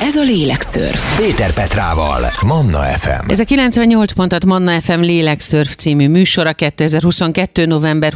Ez a Lélekszörf. Péter Petrával, Manna FM. Ez a 98 pontot Manna FM Lélekszörf című műsora 2022. november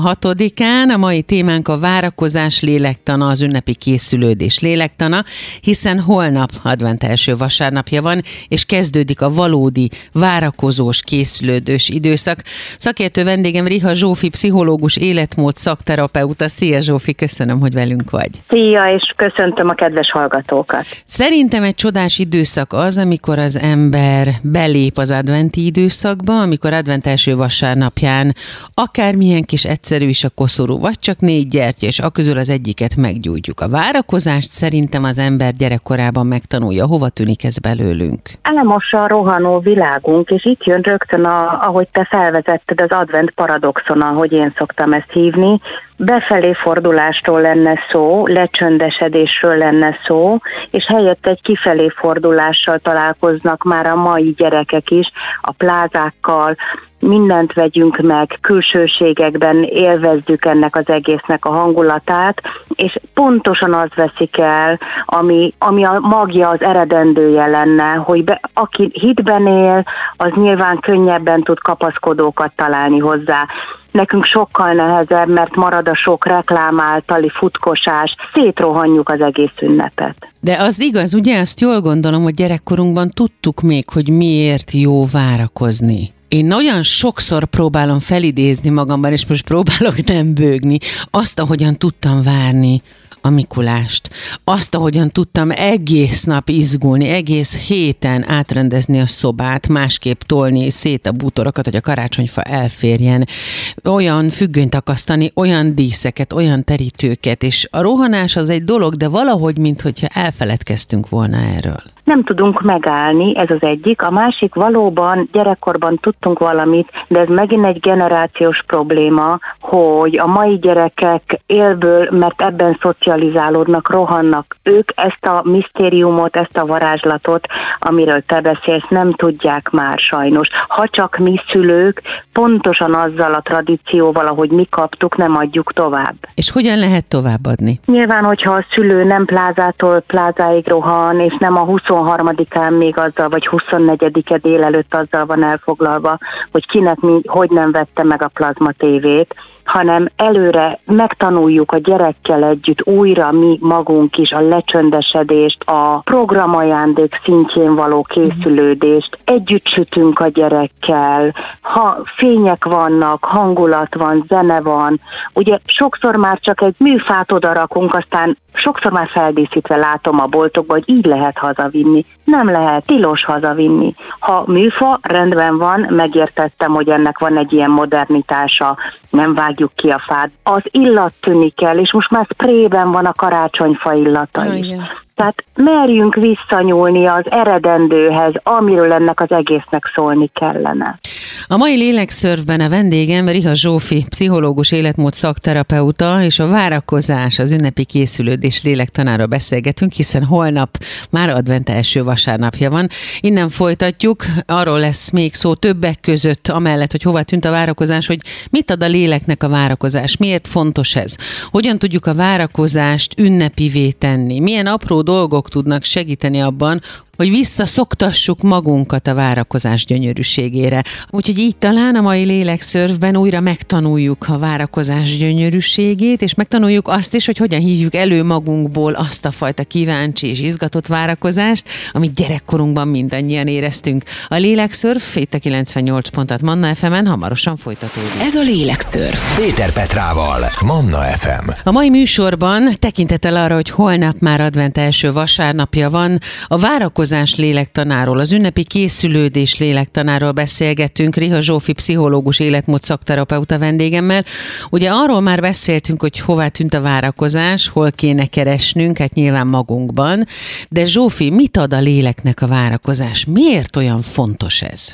26-án. A mai témánk a várakozás lélektana, az ünnepi készülődés lélektana, hiszen holnap advent első vasárnapja van, és kezdődik a valódi várakozós, készülődős időszak. Szakértő vendégem Riha Zsófi, pszichológus, életmód szakterapeuta. Szia Zsófi, köszönöm, hogy velünk vagy. Szia, és köszöntöm a kedves hallgatókat. Szerintem egy csodás időszak az, amikor az ember belép az adventi időszakba, amikor advent első vasárnapján akármilyen kis egyszerű is a koszorú, vagy csak 4 gyertya, és aközül az egyiket meggyújtjuk. A várakozást szerintem az ember gyerekkorában megtanulja. Hova tűnik ez belőlünk? Elmossa a rohanó világunk, és itt jön rögtön, ahogy te felvezetted, az advent paradoxon, ahogy én szoktam ezt hívni. Befelé fordulástól lenne szó, lecsöndesedésről lenne szó, és helyett egy kifelé fordulással találkoznak már a mai gyerekek is, a plázákkal, mindent vegyünk meg, külsőségekben élvezzük ennek az egésznek a hangulatát, és pontosan az veszik el, ami a magja, az eredendője lenne, hogy aki hitben él, az nyilván könnyebben tud kapaszkodókat találni hozzá. Nekünk sokkal nehezebb, mert marad a sok reklám általi futkosás, szétrohanjuk az egész ünnepet. De az igaz, ugye, azt jól gondolom, hogy gyerekkorunkban tudtuk még, hogy miért jó várakozni. Én olyan sokszor próbálom felidézni magamban, és most próbálok nem bőgni, azt, ahogyan tudtam várni a Mikulást. Azt, ahogyan tudtam egész nap izgulni, egész héten átrendezni a szobát, másképp tolni szét a bútorokat, hogy a karácsonyfa elférjen, olyan függönyt akasztani, olyan díszeket, olyan terítőket, és a rohanás az egy dolog, de valahogy, minthogyha elfeledkeztünk volna erről. Nem tudunk megállni, ez az egyik. A másik, valóban gyerekkorban tudtunk valamit, de ez megint egy generációs probléma, hogy a mai gyerekek élből, mert ebben szocializálódnak, rohannak. Ők ezt a misztériumot, ezt a varázslatot, amiről te beszélsz, nem tudják már sajnos. Ha csak mi szülők, pontosan azzal a tradícióval, ahogy mi kaptuk, nem adjuk tovább. És hogyan lehet továbbadni? Nyilván, hogyha a szülő nem plázától plázáig rohan, és nem a 23-án még azzal, vagy 24-e délelőtt azzal van elfoglalva, hogy kinek hogy nem vette meg a plazma tévét, hanem előre megtanuljuk a gyerekkel együtt újra mi magunk is a lecsöndesedést, a programajándék szintjén való készülődést, együtt sütünk a gyerekkel, ha fények vannak, hangulat van, zene van, ugye sokszor már csak egy műfát odarakunk, aztán sokszor már feldíszítve látom a boltokban, hogy így lehet hazavinni. Nem lehet, tilos hazavinni. Ha műfa, rendben van, megértettem, hogy ennek van egy ilyen modernitása, nem vágjuk ki a fát. Az illat tűnik el, és most már sprayben van a karácsonyfa illata is. Tehát merjünk visszanyúlni az eredendőhez, amiről ennek az egésznek szólni kellene. A mai Lélekszörfben a vendégem Riha Zsófi, pszichológus, életmód szakterapeuta, és a várakozás, az ünnepi készülődés lélektanáról beszélgetünk, hiszen holnap már advent első vasárnapja van. Innen folytatjuk, arról lesz még szó többek között, amellett, hogy hova tűnt a várakozás, hogy mit ad a léleknek a várakozás, miért fontos ez, hogyan tudjuk a várakozást ünnepivé tenni, milyen apró dolgok tudnak segíteni abban, hogy visszaszoktassuk magunkat a várakozás gyönyörűségére. Úgyhogy így talán a mai Lélekszörfben újra megtanuljuk a várakozás gyönyörűségét, és megtanuljuk azt is, hogy hogyan hívjuk elő magunkból azt a fajta kíváncsi és izgatott várakozást, amit gyerekkorunkban mindannyian éreztünk. A Lélekszörf itt a 98 pontot Manna FM-en hamarosan folytatódik. Ez a Lélekszörf. Péter Petrával, Manna FM. A mai műsorban tekintettel arra, hogy holnap már advent első vasárnapja van, a várakozás lélektanáról, az ünnepi készülődés lélektanáról beszélgettünk Riha Zsófi, pszichológus, életmód szakterapeuta vendégemmel. Ugye arról már beszéltünk, hogy hová tűnt a várakozás, hol kéne keresnünk, hát nyilván magunkban. De Zsófi, mit ad a léleknek a várakozás? Miért olyan fontos ez?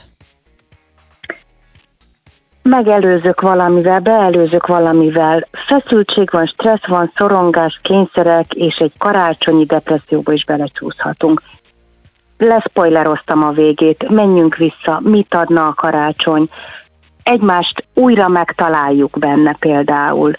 Megelőzök valamivel, beelőzök valamivel. Feszültség van, stressz van, szorongás, kényszerek, és egy karácsonyi depresszióba is belecsúszhatunk. Leszpoileroztam a végét, menjünk vissza, mit adna a karácsony. Egymást újra megtaláljuk benne például.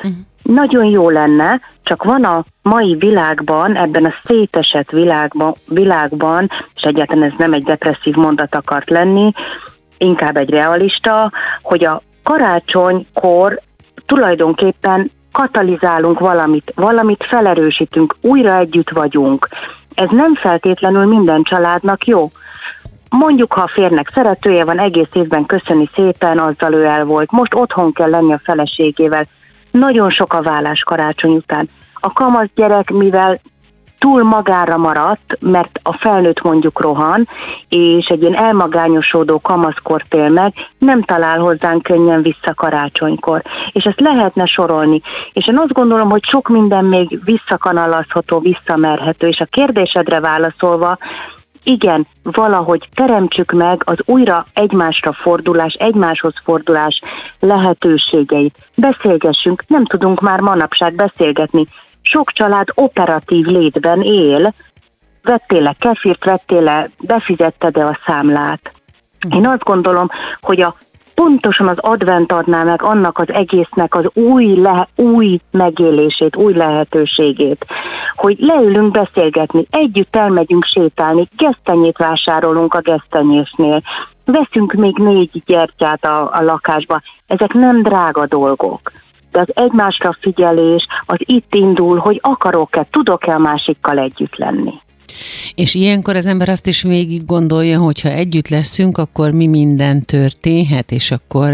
nagyon jó lenne, csak van a mai világban, ebben a szétesett világban, és egyáltalán ez nem egy depresszív mondat akart lenni, inkább egy realista, hogy a karácsonykor tulajdonképpen katalizálunk valamit felerősítünk, újra együtt vagyunk. Ez nem feltétlenül minden családnak jó. Mondjuk, ha a férnek szeretője van, egész évben köszöni szépen, azzal ő el volt. Most otthon kell lenni a feleségével. Nagyon sok a válás karácsony után. A kamasz gyerek, mivel túl magára maradt, mert a felnőtt mondjuk rohan, és egy ilyen elmagányosodó kamaszkort él meg, nem talál hozzánk könnyen vissza karácsonykor. És ezt lehetne sorolni. És én azt gondolom, hogy sok minden még visszakanalazható, visszamerhető, és a kérdésedre válaszolva, igen, valahogy teremtsük meg az újra egymáshoz fordulás lehetőségeit. Beszélgessünk, nem tudunk már manapság beszélgetni. Sok család operatív létben él, vettél-e kefirt, befizetted-e a számlát. Én azt gondolom, hogy pontosan az advent adná meg annak az egésznek az új megélését, új lehetőségét, hogy leülünk beszélgetni, együtt elmegyünk sétálni, gesztenyét vásárolunk a gesztenyésnél, veszünk még 4 gyertyát a lakásba, ezek nem drága dolgok. De az egymásra figyelés, az itt indul, hogy akarok-e, tudok-e a másikkal együtt lenni. És ilyenkor az ember azt is végig gondolja, hogyha együtt leszünk, akkor mi minden történhet, és akkor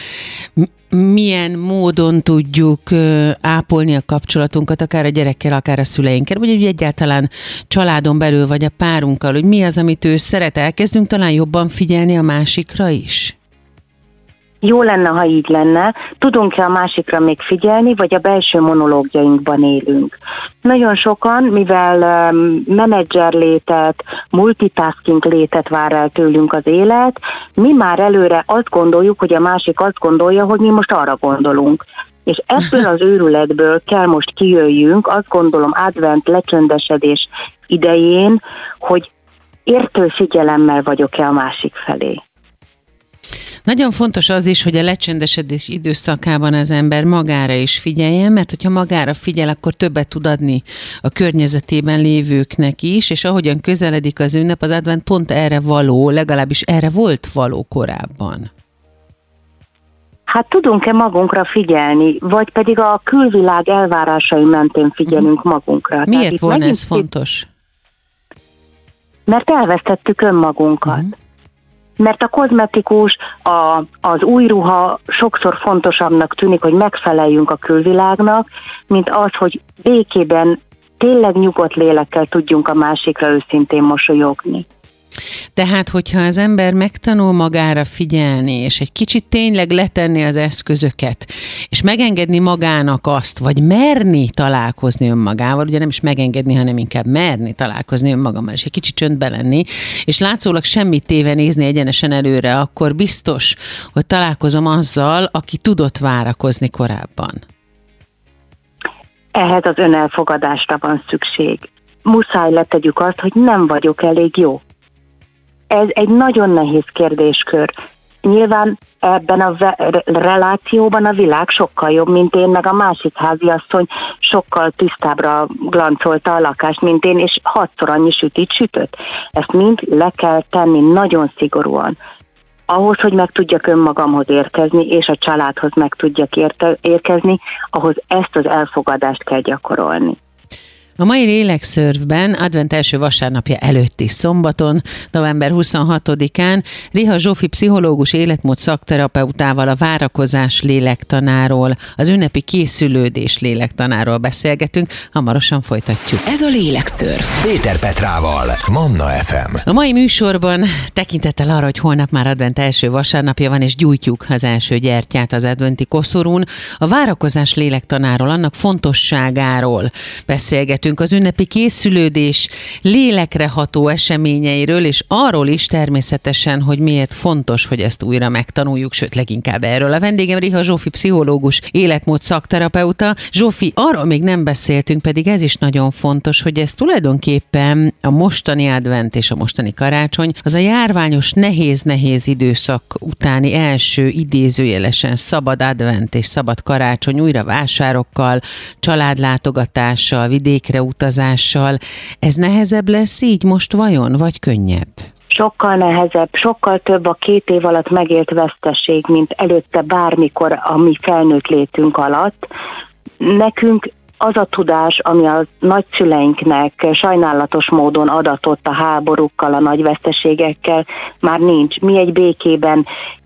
milyen módon tudjuk ápolni a kapcsolatunkat, akár a gyerekkel, akár a szüleinkkel, vagy egyáltalán családon belül, vagy a párunkkal, hogy mi az, amit ő szeret. Elkezdünk talán jobban figyelni a másikra is? Jó lenne, ha így lenne. Tudunk-e a másikra még figyelni, vagy a belső monológiainkban élünk? Nagyon sokan, mivel menedzser létet, multitasking létet vár el tőlünk az élet, mi már előre azt gondoljuk, hogy a másik azt gondolja, hogy mi most arra gondolunk. És ebből az őrületből kell most kijöjjünk, azt gondolom advent lecsöndesedés idején, hogy értő figyelemmel vagyok-e a másik felé. Nagyon fontos az is, hogy a lecsöndesedés időszakában az ember magára is figyeljen, mert hogyha magára figyel, akkor többet tud adni a környezetében lévőknek is, és ahogyan közeledik az ünnep, az advent pont erre való, legalábbis erre volt való korábban. Hát tudunk-e magunkra figyelni, vagy pedig a külvilág elvárásai mentén figyelünk magunkra? Miért volna ez fontos? Mert elvesztettük önmagunkat. Mert a kozmetikus, az új ruha sokszor fontosabbnak tűnik, hogy megfeleljünk a külvilágnak, mint az, hogy békében, tényleg nyugodt lélekkel tudjunk a másikra őszintén mosolyogni. Tehát, hogyha az ember megtanul magára figyelni, és egy kicsit tényleg letenni az eszközöket, és megengedni magának azt, vagy merni találkozni önmagával, ugye nem is megengedni, hanem inkább merni találkozni önmagammal, és egy kicsit csöndbe lenni, és látszólag semmit téve nézni egyenesen előre, akkor biztos, hogy találkozom azzal, aki tudott várakozni korábban. Ehhez az önelfogadásra van szükség. Muszáj letegyük azt, hogy nem vagyok elég jó. Ez egy nagyon nehéz kérdéskör. Nyilván ebben a relációban a világ sokkal jobb, mint én, meg a másik háziasszony sokkal tisztábbra glancolta a lakást, mint én, és 6-szor annyi sütit sütött. Ezt mind le kell tenni nagyon szigorúan. Ahhoz, hogy meg tudjak önmagamhoz érkezni, és a családhoz meg tudjak érkezni, ahhoz ezt az elfogadást kell gyakorolni. A mai Lélekszörfben advent első vasárnapja előtti szombaton, november 26-án Riha Zsófi pszichológus életmód szakterapeutával a várakozás lélektanáról, az ünnepi készülődés lélektanáról beszélgetünk, hamarosan folytatjuk. Ez a Lélekszörf. Péter Petrával, Manna FM. A mai műsorban tekintettel arra, hogy holnap már advent első vasárnapja van, és gyújtjuk az első gyertyát az adventi koszorún, a várakozás lélektanáról, annak fontosságáról beszélgetünk. beszélgetünk az ünnepi készülődés lélekreható eseményeiről, és arról is természetesen, hogy miért fontos, hogy ezt újra megtanuljuk, sőt leginkább erről. A vendégem Riha Zsófi, pszichológus, életmód szakterapeuta. Zsófi, arról még nem beszéltünk, pedig ez is nagyon fontos, hogy ez tulajdonképpen a mostani advent és a mostani karácsony, az a járványos nehéz időszak utáni első idézőjelesen szabad advent és szabad karácsony, újra vásárokkal, családlátogatással, vidékre utazással. Ez nehezebb lesz így most vajon, vagy könnyebb? Sokkal nehezebb, sokkal több a 2 év alatt megélt veszteség, mint előtte bármikor a mi felnőtt létünk alatt. Nekünk az a tudás, ami a nagyszüleinknek sajnálatos módon adatott a háborúkkal, a nagy veszteségekkel, már nincs. Mi egy békében,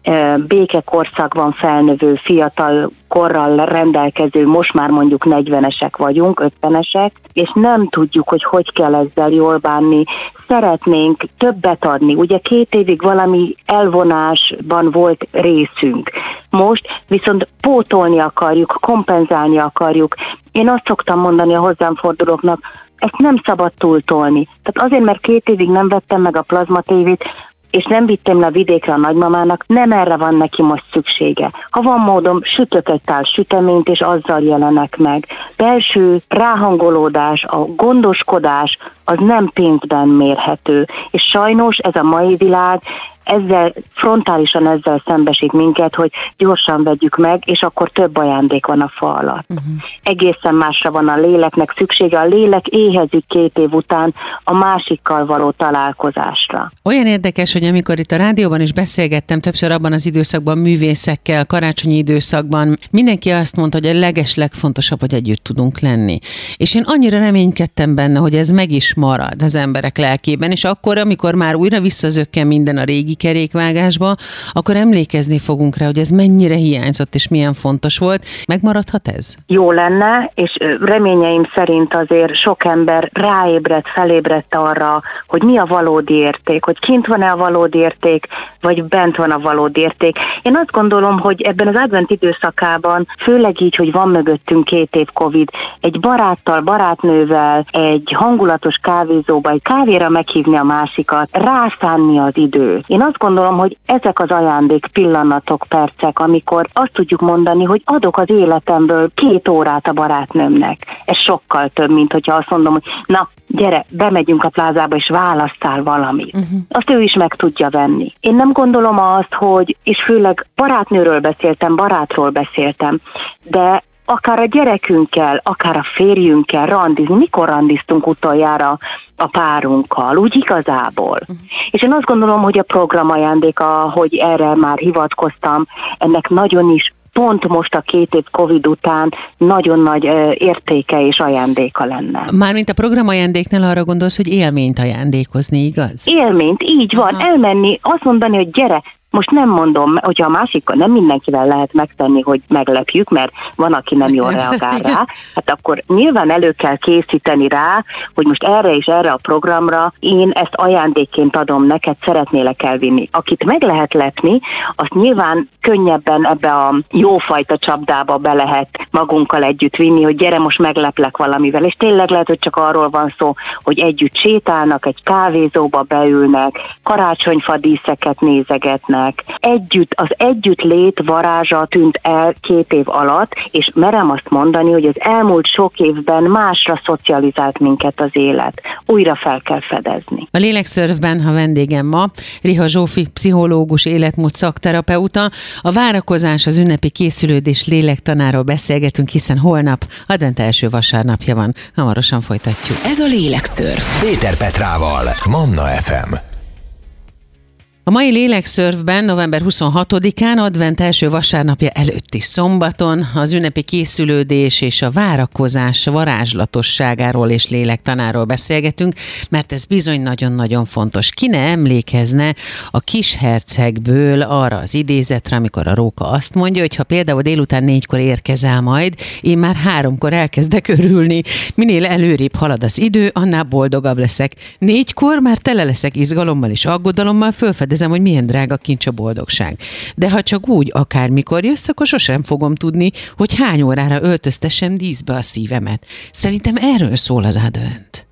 békekorszakban felnövő, fiatal korral rendelkező, most már mondjuk 40-esek vagyunk, 50-esek, és nem tudjuk, hogy kell ezzel jól bánni. Szeretnénk többet adni. Ugye 2 évig valami elvonásban volt részünk. Most viszont pótolni akarjuk, kompenzálni akarjuk. Én azt szoktam mondani a hozzám fordulóknak, ezt nem szabad túltolni. Tehát azért, mert 2 évig nem vettem meg a plazmatévét, és nem vittem le a vidékre a nagymamának, nem erre van neki most szüksége. Ha van módom, sütök egy tál süteményt, és azzal jelenek meg. Belső ráhangolódás, a gondoskodás, az nem pénzben mérhető. És sajnos ez a mai világ frontálisan ezzel szembesít minket, hogy gyorsan vegyük meg, és akkor több ajándék van a fa alatt. Egészen másra van a léleknek szüksége. A lélek éhezik 2 év után a másikkal való találkozásra. Olyan érdekes, hogy amikor itt a rádióban is beszélgettem többször abban az időszakban művészekkel, karácsonyi időszakban, mindenki azt mondta, hogy a legeslegfontosabb, hogy együtt tudunk lenni. És én annyira reménykedtem benne, hogy ez meg is marad az emberek lelkében, és akkor, amikor már újra visszazökken minden a régi kerékvágásba, akkor emlékezni fogunk rá, hogy ez mennyire hiányzott, és milyen fontos volt. Megmaradhat ez? Jó lenne, és reményeim szerint azért sok ember felébredt arra, hogy mi a valódi érték, hogy kint van-e a valódi érték, vagy bent van a valódi érték. Én azt gondolom, hogy ebben az advent időszakában, főleg így, hogy van mögöttünk 2 év Covid, egy baráttal, barátnővel, egy hangulatos kávézóba, egy kávéra meghívni a másikat, rászánni az időt. Én azt gondolom, hogy ezek az ajándék pillanatok, percek, amikor azt tudjuk mondani, hogy adok az életemből 2 órát a barátnőmnek. Ez sokkal több, mint hogyha azt mondom, hogy na, gyere, bemegyünk a plázába, és választál valamit. Azt ő is meg tudja venni. Én nem gondolom azt, hogy, és főleg barátnőről beszéltem, barátról beszéltem, de akár a gyerekünkkel, akár a férjünkkel randizni. Mikor randiztunk utoljára a párunkkal, úgy igazából. És én azt gondolom, hogy a programajándéka, hogy erre már hivatkoztam, ennek nagyon is pont most a 2 év Covid után nagyon nagy értéke és ajándéka lenne. Mármint a programajándéknál arra gondolsz, hogy élményt ajándékozni, igaz? Élményt, így van. Elmenni, azt mondani, hogy gyere, most nem mondom, hogyha a másikkal nem mindenkivel lehet megtenni, hogy meglepjük, mert van, aki nem jól reagál rá, hát akkor nyilván elő kell készíteni rá, hogy most erre és erre a programra én ezt ajándékként adom neked, szeretnélek elvinni. Akit meg lehet lepni, azt nyilván könnyebben ebbe a jófajta csapdába be lehet magunkkal együtt vinni, hogy gyere, most megleplek valamivel, és tényleg lehet, hogy csak arról van szó, hogy együtt sétálnak, egy kávézóba beülnek, karácsonyfa díszeket nézegetnek, az együttlét varázsa tűnt el 2 év alatt, és merem azt mondani, hogy az elmúlt sok évben másra szocializált minket az élet. Újra fel kell fedezni. A Lélekszörfben a vendégem ma Riha Zsófi, pszichológus, életmód szakterapeuta. A várakozás, az ünnepi készülődés lélektanáról beszélgetünk, hiszen holnap advent első vasárnapja van. Hamarosan folytatjuk. Ez a Lélekszörf. Péter Petrával, Manna FM. A mai Lélekszörfben november 26-án, advent első vasárnapja előtti szombaton az ünnepi készülődés és a várakozás varázslatosságáról és lélektanáról beszélgetünk, mert ez bizony nagyon-nagyon fontos. Ki ne emlékezne a Kishercegből arra az idézetre, amikor a róka azt mondja, hogy ha például délután 4-kor érkezel majd, én már 3-kor elkezdek örülni. Minél előrébb halad az idő, annál boldogabb leszek. 4-kor már tele leszek izgalommal és aggodalommal, fölfedezem kérdezem, hogy milyen drága kincs a boldogság. De ha csak úgy, akármikor jössz, akkor sosem fogom tudni, hogy hány órára öltöztessem díszbe a szívemet. Szerintem erről szól az advent.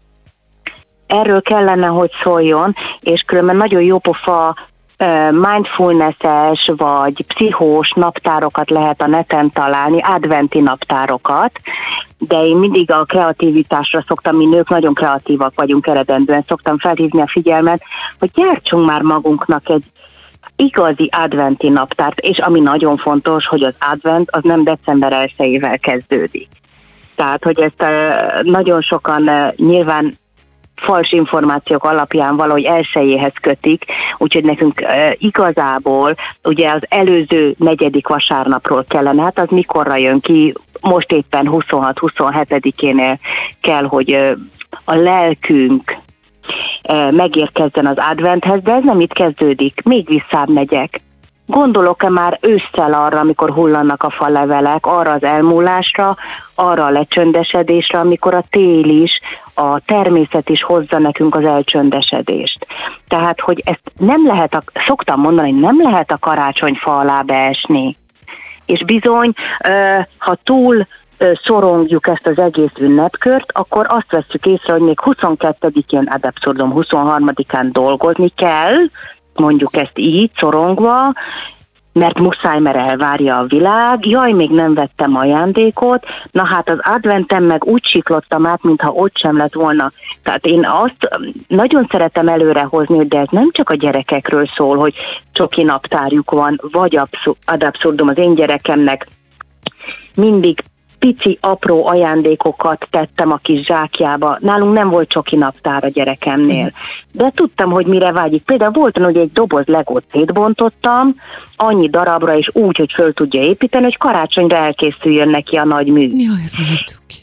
Erről kellene, hogy szóljon, és különben nagyon jópofa mindfulness-es vagy pszichós naptárokat lehet a neten találni, adventi naptárokat, de én mindig a kreativitásra szoktam, mi nők nagyon kreatívak vagyunk eredendően, szoktam felhívni a figyelmet, hogy gyártsunk már magunknak egy igazi adventi naptárt, és ami nagyon fontos, hogy az advent az nem december 1-ével kezdődik. Tehát, hogy ezt nagyon sokan nyilván fals információk alapján valahogy 1-éhez kötik, úgyhogy nekünk igazából ugye az előző 4. vasárnapról kellene, hát az mikorra jön ki, most éppen 26-27-énél kell, hogy a lelkünk megérkezzen az adventhez, de ez nem itt kezdődik, még visszább megyek. Gondolok-e már ősszel arra, amikor hullanak a falevelek, arra az elmúlásra, arra a lecsöndesedésre, amikor a tél is, a természet is hozza nekünk az elcsöndesedést. Tehát, hogy ezt nem lehet, szoktam mondani, hogy nem lehet a karácsonyfa alá beesni. És bizony, ha túl szorongjuk ezt az egész ünnepkört, akkor azt vesszük észre, hogy még 22-én, ad absurdum 23-án dolgozni kell, mondjuk ezt így, szorongva, mert muszáj, mert elvárja a világ, jaj, még nem vettem ajándékot, na hát az adventem meg úgy siklottam át, mintha ott sem lett volna. Tehát én azt nagyon szeretem előrehozni, de ez nem csak a gyerekekről szól, hogy csoki naptárjuk van, vagy ad absurdum az én gyerekemnek mindig pici, apró ajándékokat tettem a kis zsákjába. Nálunk nem volt csoki naptár a gyerekemnél. De tudtam, hogy mire vágyik. Például volt, hogy egy doboz legót szétbontottam, annyi darabra és úgy, hogy föl tudja építeni, hogy karácsonyra elkészüljön neki a nagy mű. Jó, ez nagyon cuki.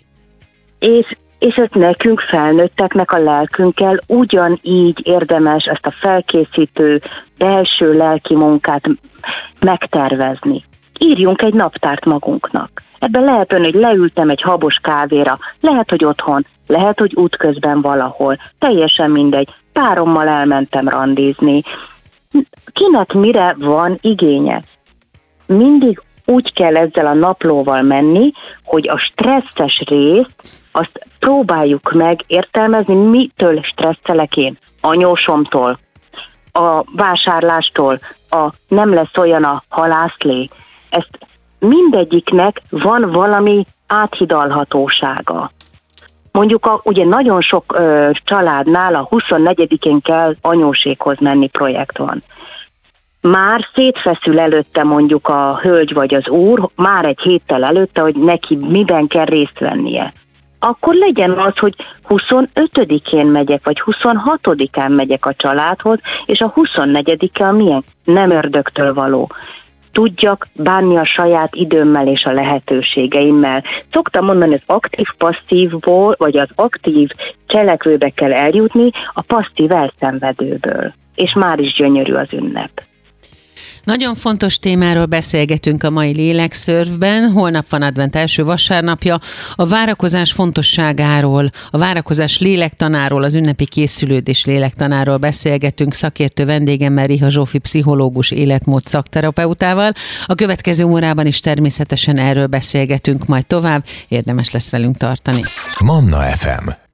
És ezt nekünk felnőtteknek a lelkünkkel ugyanígy érdemes ezt a felkészítő belső lelki munkát megtervezni. Írjunk egy naptárt magunknak. Ebben lehet ön, hogy leültem egy habos kávéra, lehet, hogy otthon, lehet, hogy útközben valahol, teljesen mindegy, párommal elmentem randizni. Kinek mire van igénye? Mindig úgy kell ezzel a naplóval menni, hogy a stresszes részt azt próbáljuk meg értelmezni, mitől stresszelek én? Anyósomtól, a vásárlástól, a nem lesz olyan a halászlé. Ezt mindegyiknek van valami áthidalhatósága. Mondjuk ugye nagyon sok családnál a 24-én kell anyóséghoz menni projekt van. Már szétfeszül előtte mondjuk a hölgy vagy az úr, már egy héttel előtte, hogy neki miben kell részt vennie. Akkor legyen az, hogy 25-én megyek, vagy 26-án megyek a családhoz, és a 24-e a milyen? Nem ördögtől való. Tudjak bánni a saját időmmel és a lehetőségeimmel. Szoktam mondani, az aktív-passzívból, vagy az aktív cselekvőbe kell eljutni a passzív elszenvedőből. És már is gyönyörű az ünnep. Nagyon fontos témáról beszélgetünk a mai Lélekszörfben. Holnap van advent első vasárnapja. A várakozás fontosságáról, a várakozás lélektanáról, az ünnepi készülődés lélektanáról beszélgetünk szakértő vendégemmel, Riha Zsófi pszichológus, életmód szakterapeutával. A következő órában is természetesen erről beszélgetünk majd tovább. Érdemes lesz velünk tartani. Manna FM